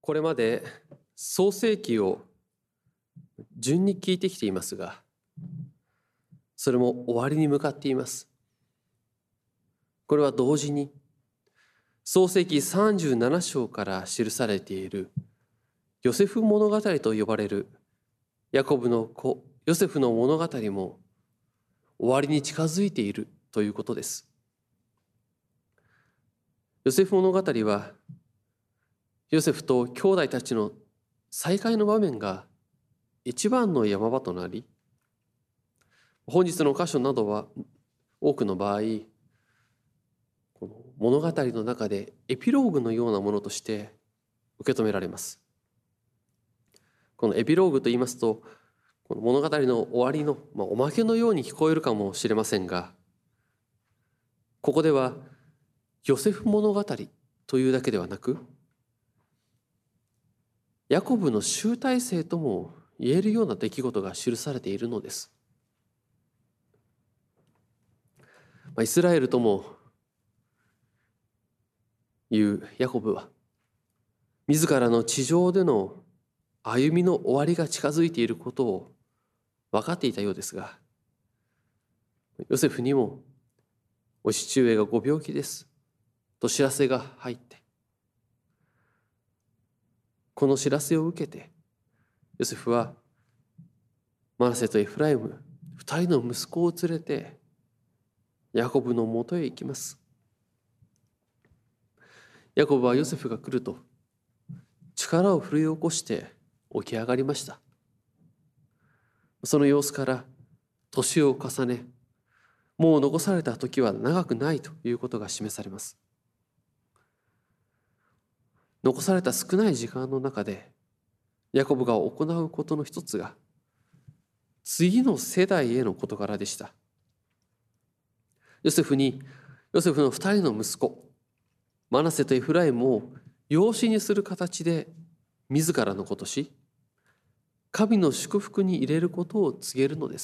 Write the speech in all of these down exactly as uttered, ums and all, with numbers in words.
これまで創世記を順に聞いてきていますが、それも終わりに向かっています。これは同時に創世記さんじゅうなな章から記されているヨセフ物語と呼ばれるヤコブの子ヨセフの物語も終わりに近づいているということです。ヨセフ物語はヨセフと兄弟たちの再会の場面が一番の山場となり、本日の箇所などは多くの場合、この物語の中でエピローグのようなものとして受け止められます。このエピローグと言いますと、この物語の終わりの、まあ、おまけのように聞こえるかもしれませんが、ここではヨセフ物語というだけではなく、ヤコブの集大成とも言えるような出来事が記されているのです。まあ、イスラエルともいうヤコブは、自らの地上での歩みの終わりが近づいていることを分かっていたようですが、ヨセフにもお父上がご病気ですと知らせが入って、この知らせを受けてヨセフはマナセとエフライム二人の息子を連れてヤコブのもとへ行きます。ヤコブはヨセフが来ると力を振り起こして起き上がりました。その様子から年を重ね、もう残された時は長くないということが示されます。残された少ない時間の中でヤコブが行うことの一つが次の世代への事柄でした。ヨセフにヨセフの二人の息子マナセとエフライムを養子にする形で自らの子とし、神の祝福に入れることを告げるのです。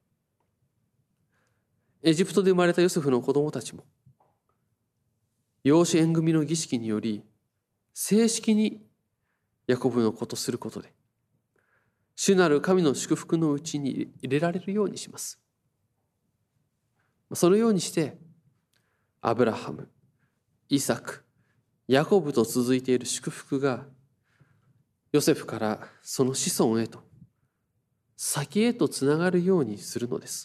エジプトで生まれたヨセフの子供たちも養子縁組の儀式により正式にヤコブの子とすることで、主なる神の祝福のうちに入れられるようにします。そのようにしてアブラハム、イサク、ヤコブと続いている祝福がヨセフからその子孫へと先へとつながるようにするのです。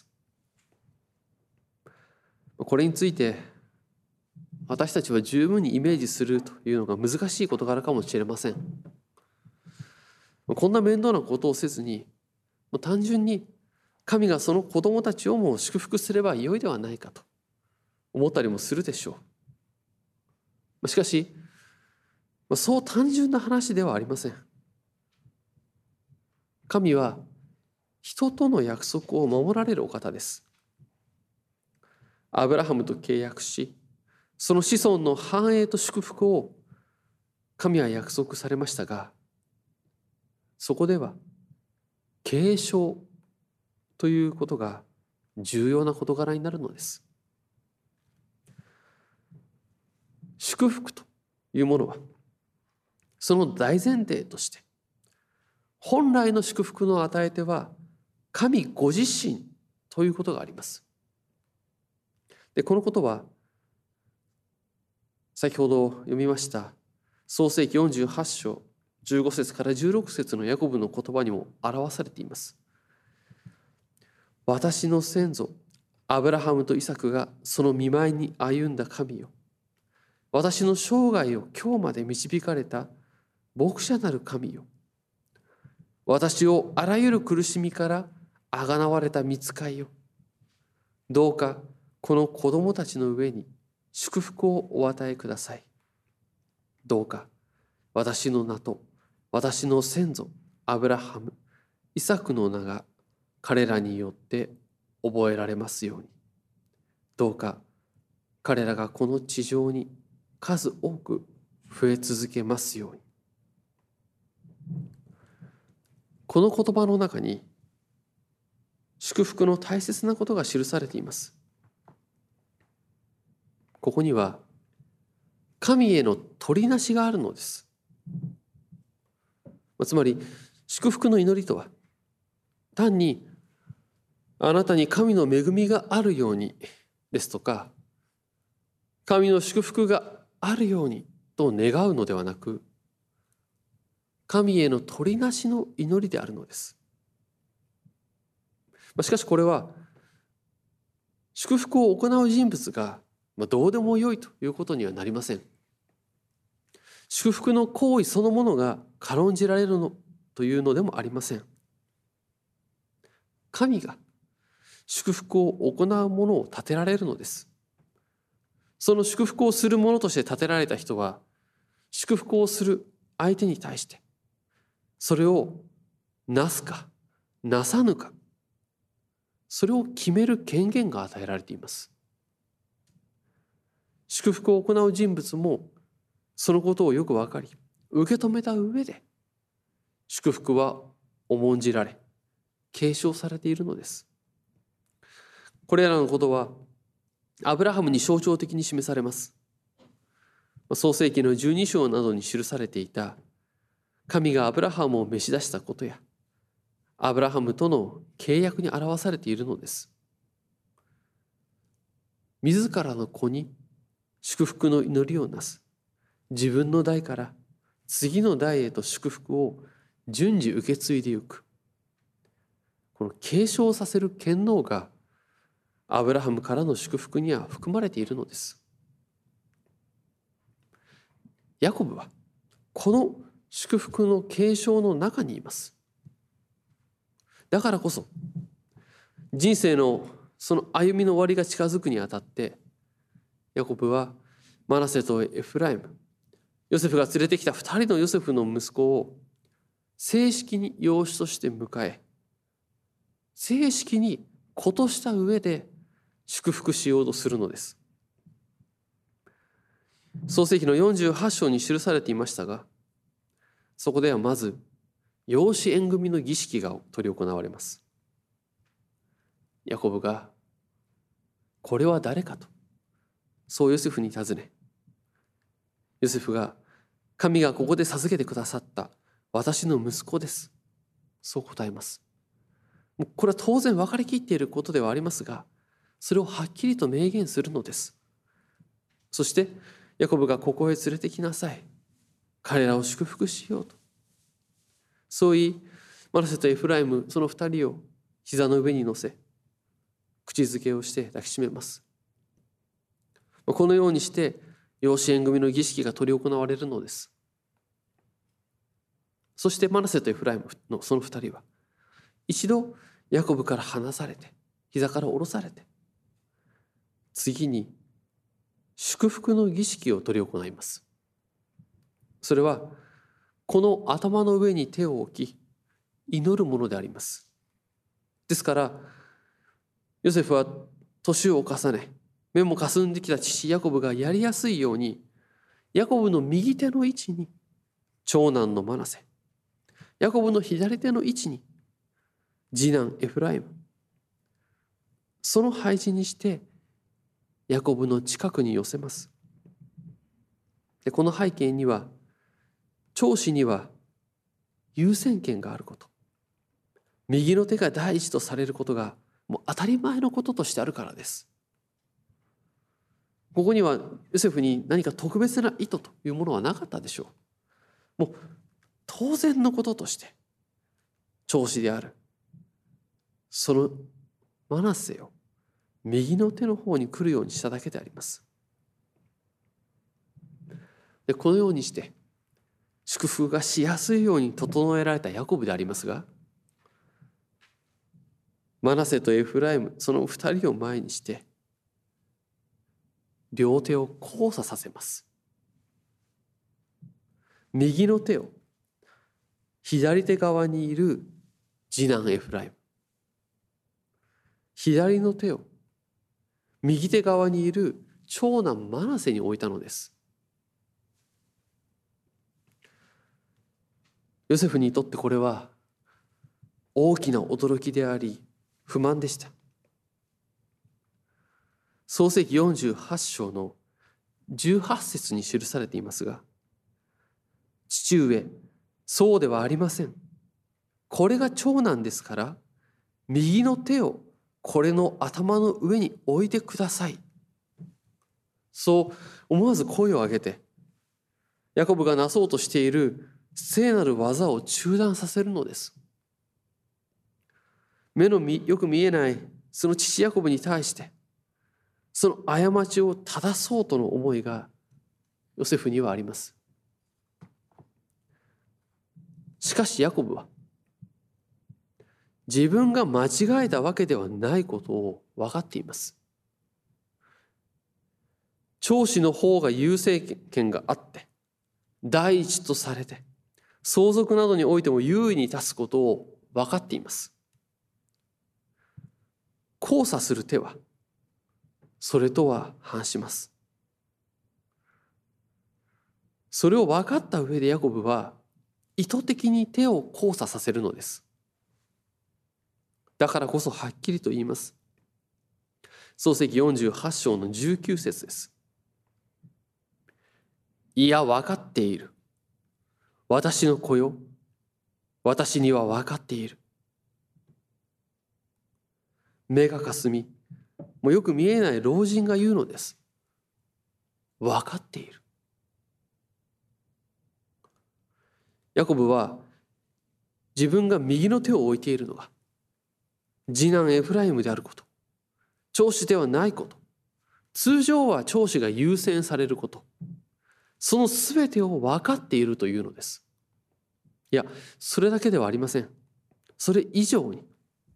これについて私たちは十分にイメージするというのが難しい事柄かもしれません。こんな面倒なことをせずに、もう単純に神がその子供たちをも祝福すればよいではないかと思ったりもするでしょう。しかし、そう単純な話ではありません。神は人との約束を守られるお方です。アブラハムと契約し、その子孫の繁栄と祝福を神は約束されましたが、そこでは継承ということが重要な事柄になるのです。祝福というものはその大前提として、本来の祝福の与え手は神ご自身ということがあります。で、このことは先ほど読みました創世記よんじゅうはち章じゅうご節からじゅうろく節のヤコブの言葉にも表されています。私の先祖アブラハムとイサクがその見舞いに歩んだ神よ、私の生涯を今日まで導かれた牧者なる神よ、私をあらゆる苦しみからあがなわれた御使いよ、どうかこの子供たちの上に祝福をお与えください。どうか私の名と私の先祖アブラハム、イサクの名が彼らによって覚えられますように。どうか彼らがこの地上に数多く増え続けますように。この言葉の中に祝福の大切なことが記されています。ここには神への取りなしがあるのです。 つまり祝福の祈りとは、単にあなたに神の恵みがあるようにですとか、神の祝福があるようにと願うのではなく、神への取りなしの祈りであるのです。しかしこれは祝福を行う人物がどうでもよいということにはなりません。祝福の行為そのものが軽んじられるのというのでもありません。神が祝福を行うものを立てられるのです。その祝福をするものとして立てられた人は、祝福をする相手に対して、それをなすかなさぬか、それを決める権限が与えられています。祝福を行う人物もそのことをよく分かり、受け止めた上で祝福は重んじられ継承されているのです。これらのことはアブラハムに象徴的に示されます。創世記のじゅうに章などに記されていた神がアブラハムを召し出したことや、アブラハムとの契約に表されているのです。自らの子に祝福の祈りをなす、自分の代から次の代へと祝福を順次受け継いでいく、この継承させる権能がアブラハムからの祝福には含まれているのです。ヤコブはこの祝福の継承の中にいます。だからこそ人生のその歩みの終わりが近づくにあたって、ヤコブはマナセとエフライム、ヨセフが連れてきた二人のヨセフの息子を正式に養子として迎え、正式に子とした上で祝福しようとするのです。創世記のよんじゅうはち章に記されていましたが、そこではまず養子縁組の儀式が執り行われます。ヤコブがこれは誰かとそうヨセフに尋ね、ヨセフが神がここで授けてくださった私の息子です、そう答えます。これは当然分かりきっていることではありますが、それをはっきりと明言するのです。そしてヤコブがここへ連れてきなさい、彼らを祝福しようと、そう言い、マナセとエフライムその二人を膝の上に乗せ、口づけをして抱きしめます。このようにして養子縁組の儀式が執り行われるのです。そしてマナセとエフライムのその二人は一度ヤコブから離されて、膝から下ろされて、次に祝福の儀式を執り行います。それはこの頭の上に手を置き祈るものであります。ですからヨセフは年を重ね、目もかすんできた父ヤコブがやりやすいように、ヤコブの右手の位置に長男のマナセ、ヤコブの左手の位置に次男エフライム、その配置にしてヤコブの近くに寄せます。でこの背景には、長子には優先権があること、右の手が第一とされることがもう当たり前のこととしてあるからです。ここにはヨセフに何か特別な意図というものはなかったでしょう。もう当然のこととして長子であるそのマナセを右の手の方に来るようにしただけであります。でこのようにして祝福がしやすいように整えられたヤコブでありますが、マナセとエフライムその二人を前にして両手を交差させます。右の手を左手側にいる次男エフライム、左の手を右手側にいる長男マナセに置いたのです。ヨセフにとってこれは大きな驚きであり不満でした。創世記よんじゅうはち章のじゅうはち節に記されていますが、父上、 そうではありません。これが長男ですから、右の手をこれの頭の上に置いてください。そう思わず声を上げて、ヤコブがなそうとしている聖なる技を中断させるのです。目のよく見えないその父ヤコブに対して、その過ちを正そうとの思いがヨセフにはあります。しかしヤコブは自分が間違えたわけではないことを分かっています。長子の方が優勢権があって第一とされて相続などにおいても優位に立つことを分かっています。交差する手はそれとは反します。それを分かった上でヤコブは意図的に手を交差させるのです。だからこそはっきりと言います。創世記よんじゅうはち章のじゅうきゅう節です。いや、分かっている。私の子よ。私には分かっている。目がかすみ、もうよく見えない老人が言うのです。分かっている。ヤコブは自分が右の手を置いているのが次男エフライムであること、長子ではないこと、通常は長子が優先されること、そのすべてを分かっているというのです。いや、それだけではありません。それ以上に、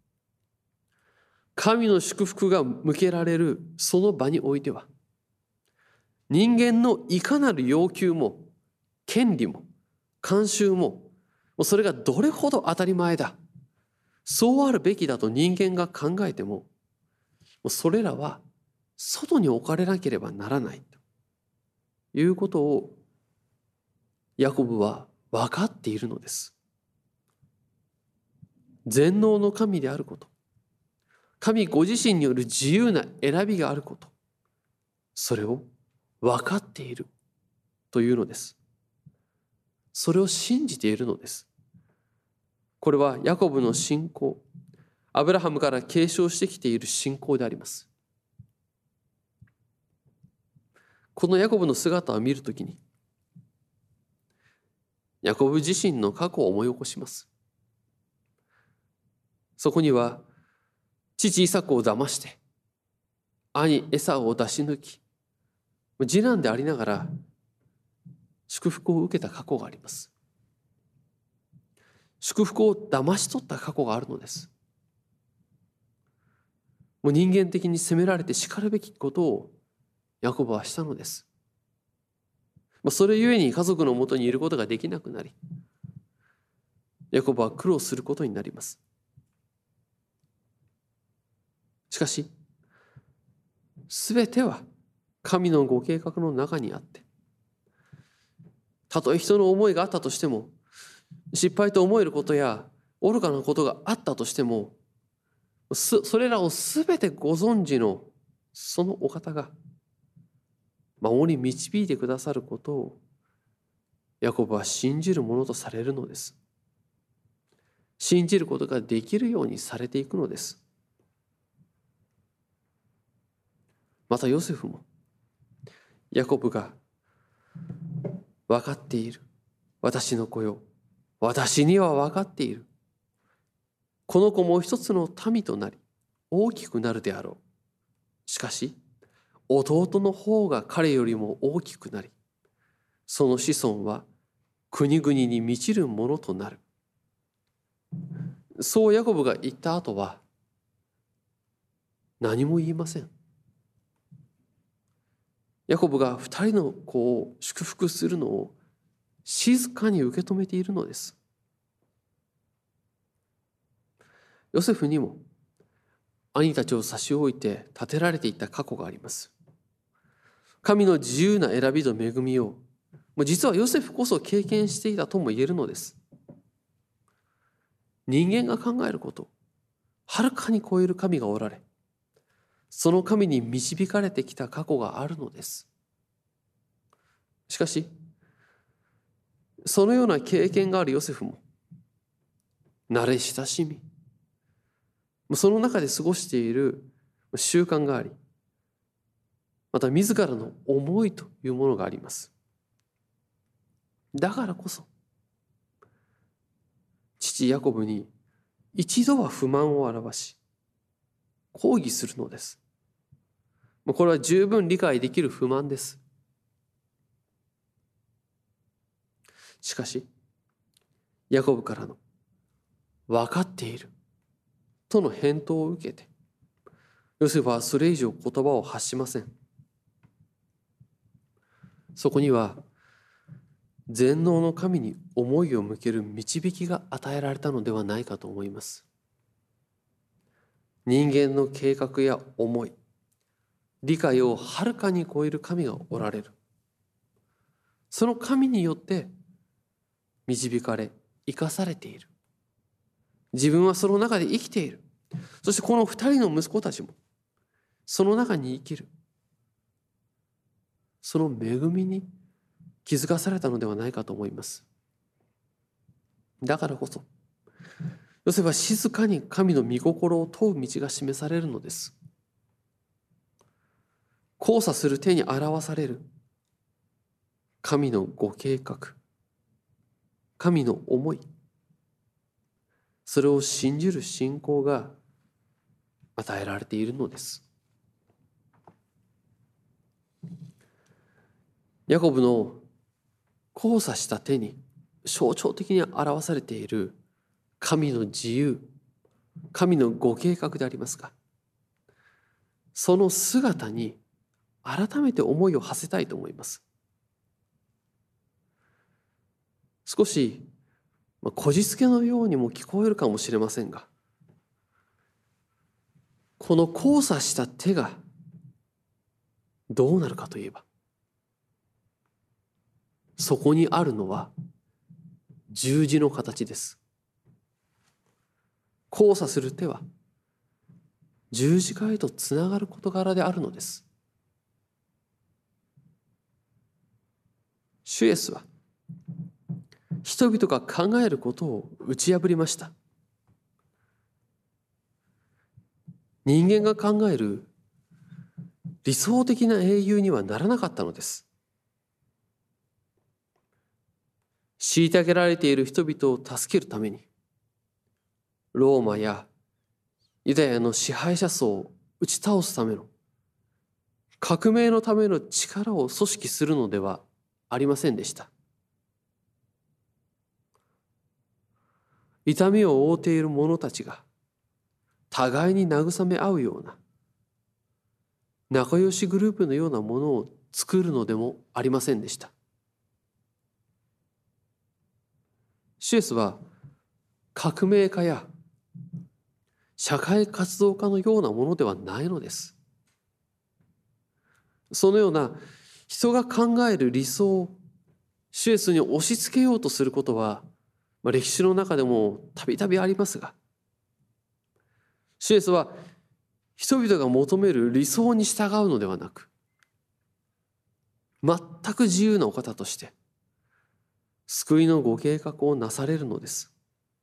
神の祝福が向けられるその場においては、人間のいかなる要求も、権利も、慣習も、それがどれほど当たり前だ、そうあるべきだと人間が考えても、それらは外に置かれなければならないということをヤコブは分かっているのです。全能の神であること、神ご自身による自由な選びがあること、それを分かっているというのです。それを信じているのです。これはヤコブの信仰、アブラハムから継承してきている信仰であります。このヤコブの姿を見るときに、ヤコブ自身の過去を思い起こします。そこには、父イサクを騙して、兄エサウを出し抜き、次男でありながら祝福を受けた過去があります。祝福を騙し取った過去があるのです。もう人間的に責められてしかるべきことをヤコブはしたのです。それゆえに家族のもとにいることができなくなり、ヤコブは苦労することになります。しかし、すべては神のご計画の中にあって、たとえ人の思いがあったとしても、失敗と思えることや愚かなことがあったとしても、それらをすべてご存知のそのお方が守り導いてくださることをヤコブは信じるものとされるのです。信じることができるようにされていくのです。またヨセフもヤコブが分かっている、私の子よ、私には分かっている、この子も一つの民となり大きくなるであろう。しかし弟の方が彼よりも大きくなり、その子孫は国々に満ちるものとなる。そうヤコブが言った後は何も言いません。ヤコブが二人の子を祝福するのを静かに受け止めているのです。ヨセフにも兄たちを差し置いて立てられていった過去があります。神の自由な選びと恵みを、実はヨセフこそ経験していたとも言えるのです。人間が考えることをはるかに超える神がおられ、その神に導かれてきた過去があるのです。しかし、 そのような経験があるヨセフも慣れ親しみ、その中で過ごしている習慣があり、また自らの思いというものがあります。だからこそ父ヤコブに一度は不満を表し抗議するのです。これは十分理解できる不満です。しかしヤコブからの分かっているとの返答を受けて、ヨセフはそれ以上言葉を発しません。そこには全能の神に思いを向ける導きが与えられたのではないかと思います。人間の計画や思い、理解をはるかに超える神がおられる。その神によって導かれ生かされている。自分はその中で生きている。そしてこの二人の息子たちもその中に生きる。その恵みに気づかされたのではないかと思います。だからこそヨセフは静かに神の御心を問う道が示されるのです。交差する手に表される神のご計画、神の思い、それを信じる信仰が与えられているのです。ヤコブの交差した手に象徴的に表されている神の自由、神のご計画でありますが、その姿に改めて思いを馳せたいと思います。少しこじつけのようにも聞こえるかもしれませんが、この交差した手がどうなるかといえば、そこにあるのは十字の形です。交差する手は十字架へとつながる事柄であるのです。主イエスは人々が考えることを打ち破りました。人間が考える理想的な英雄にはならなかったのです。虐げられている人々を助けるために、ローマやユダヤの支配者層を打ち倒すための革命のための力を組織するのではありませんでした。痛みを負っている者たちが互いに慰め合うような仲良しグループのようなものを作るのでもありませんでした。主イエスは革命家や社会活動家のようなものではないのです。そのような人が考える理想を主イエスに押し付けようとすることは、まあ、歴史の中でもたびたびありますが、主イエスは人々が求める理想に従うのではなく、全く自由なお方として救いのご計画をなされるのです。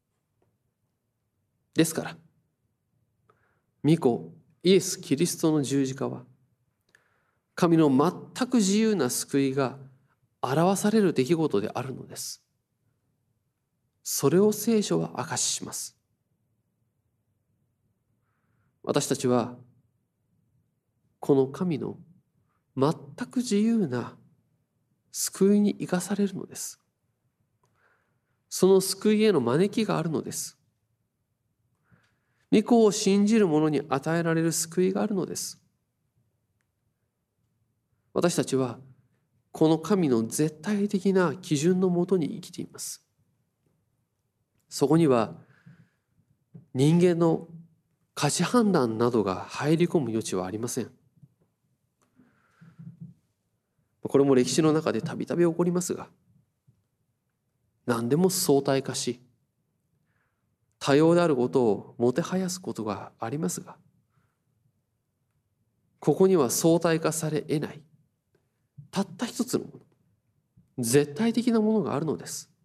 ですから御子イエス・キリストの十字架は神の全く自由な救いが表される出来事であるのです。それを聖書は明かしします。私たちはこの神の全く自由な救いに生かされるのです。その救いへの招きがあるのです。御子を信じる者に与えられる救いがあるのです。私たちはこの神の絶対的な基準のもとに生きています。そこには人間の価値判断などが入り込む余地はありません。これも歴史の中でたびたび起こりますが、何でも相対化し、多様であることをもてはやすことがありますが、ここには相対化され得ない、たった一つのもの、絶対的なものがあるのです。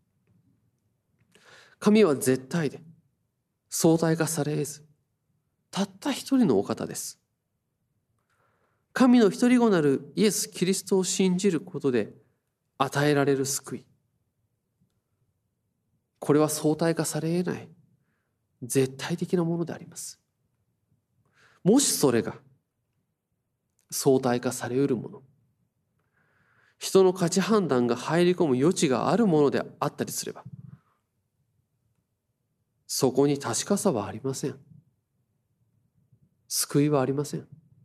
神は絶対で相対化されず、たった一人のお方です。神の一人子なるイエス・キリストを信じることで与えられる救い。これは相対化され得ない絶対的なものであります。もしそれが相対化され得るもの、人の価値判断が入り込む余地があるものであったりすれば、そこに確かさはありません。救いはありません。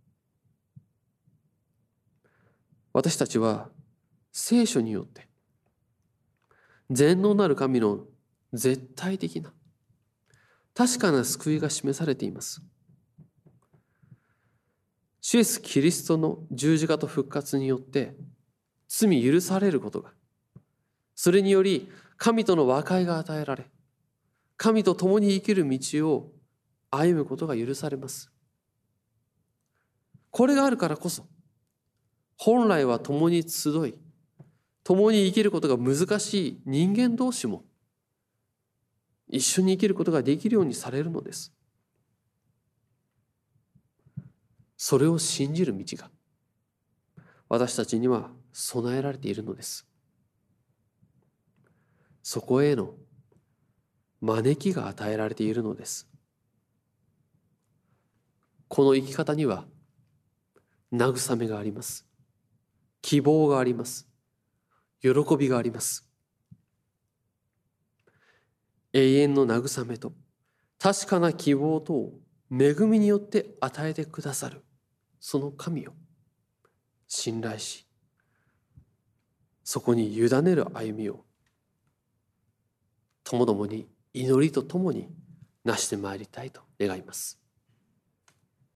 私たちは聖書によって全能なる神の絶対的な確かな救いが示されています。主イエスキリストの十字架と復活によって罪許されることが、それにより神との和解が与えられ、神と共に生きる道を歩むことが許されます。これがあるからこそ、本来は共に集い、共に生きることが難しい人間同士も一緒に生きることができるようにされるのです。それを信じる道が私たちには備えられているのです。そこへの招きが与えられているのです。この生き方には慰めがあります。希望があります。喜びがあります。永遠の慰めと確かな希望とを恵みによって与えてくださるその神を信頼し、そこに委ねる歩みをともどもに祈りとともになしてまいりたいと願います。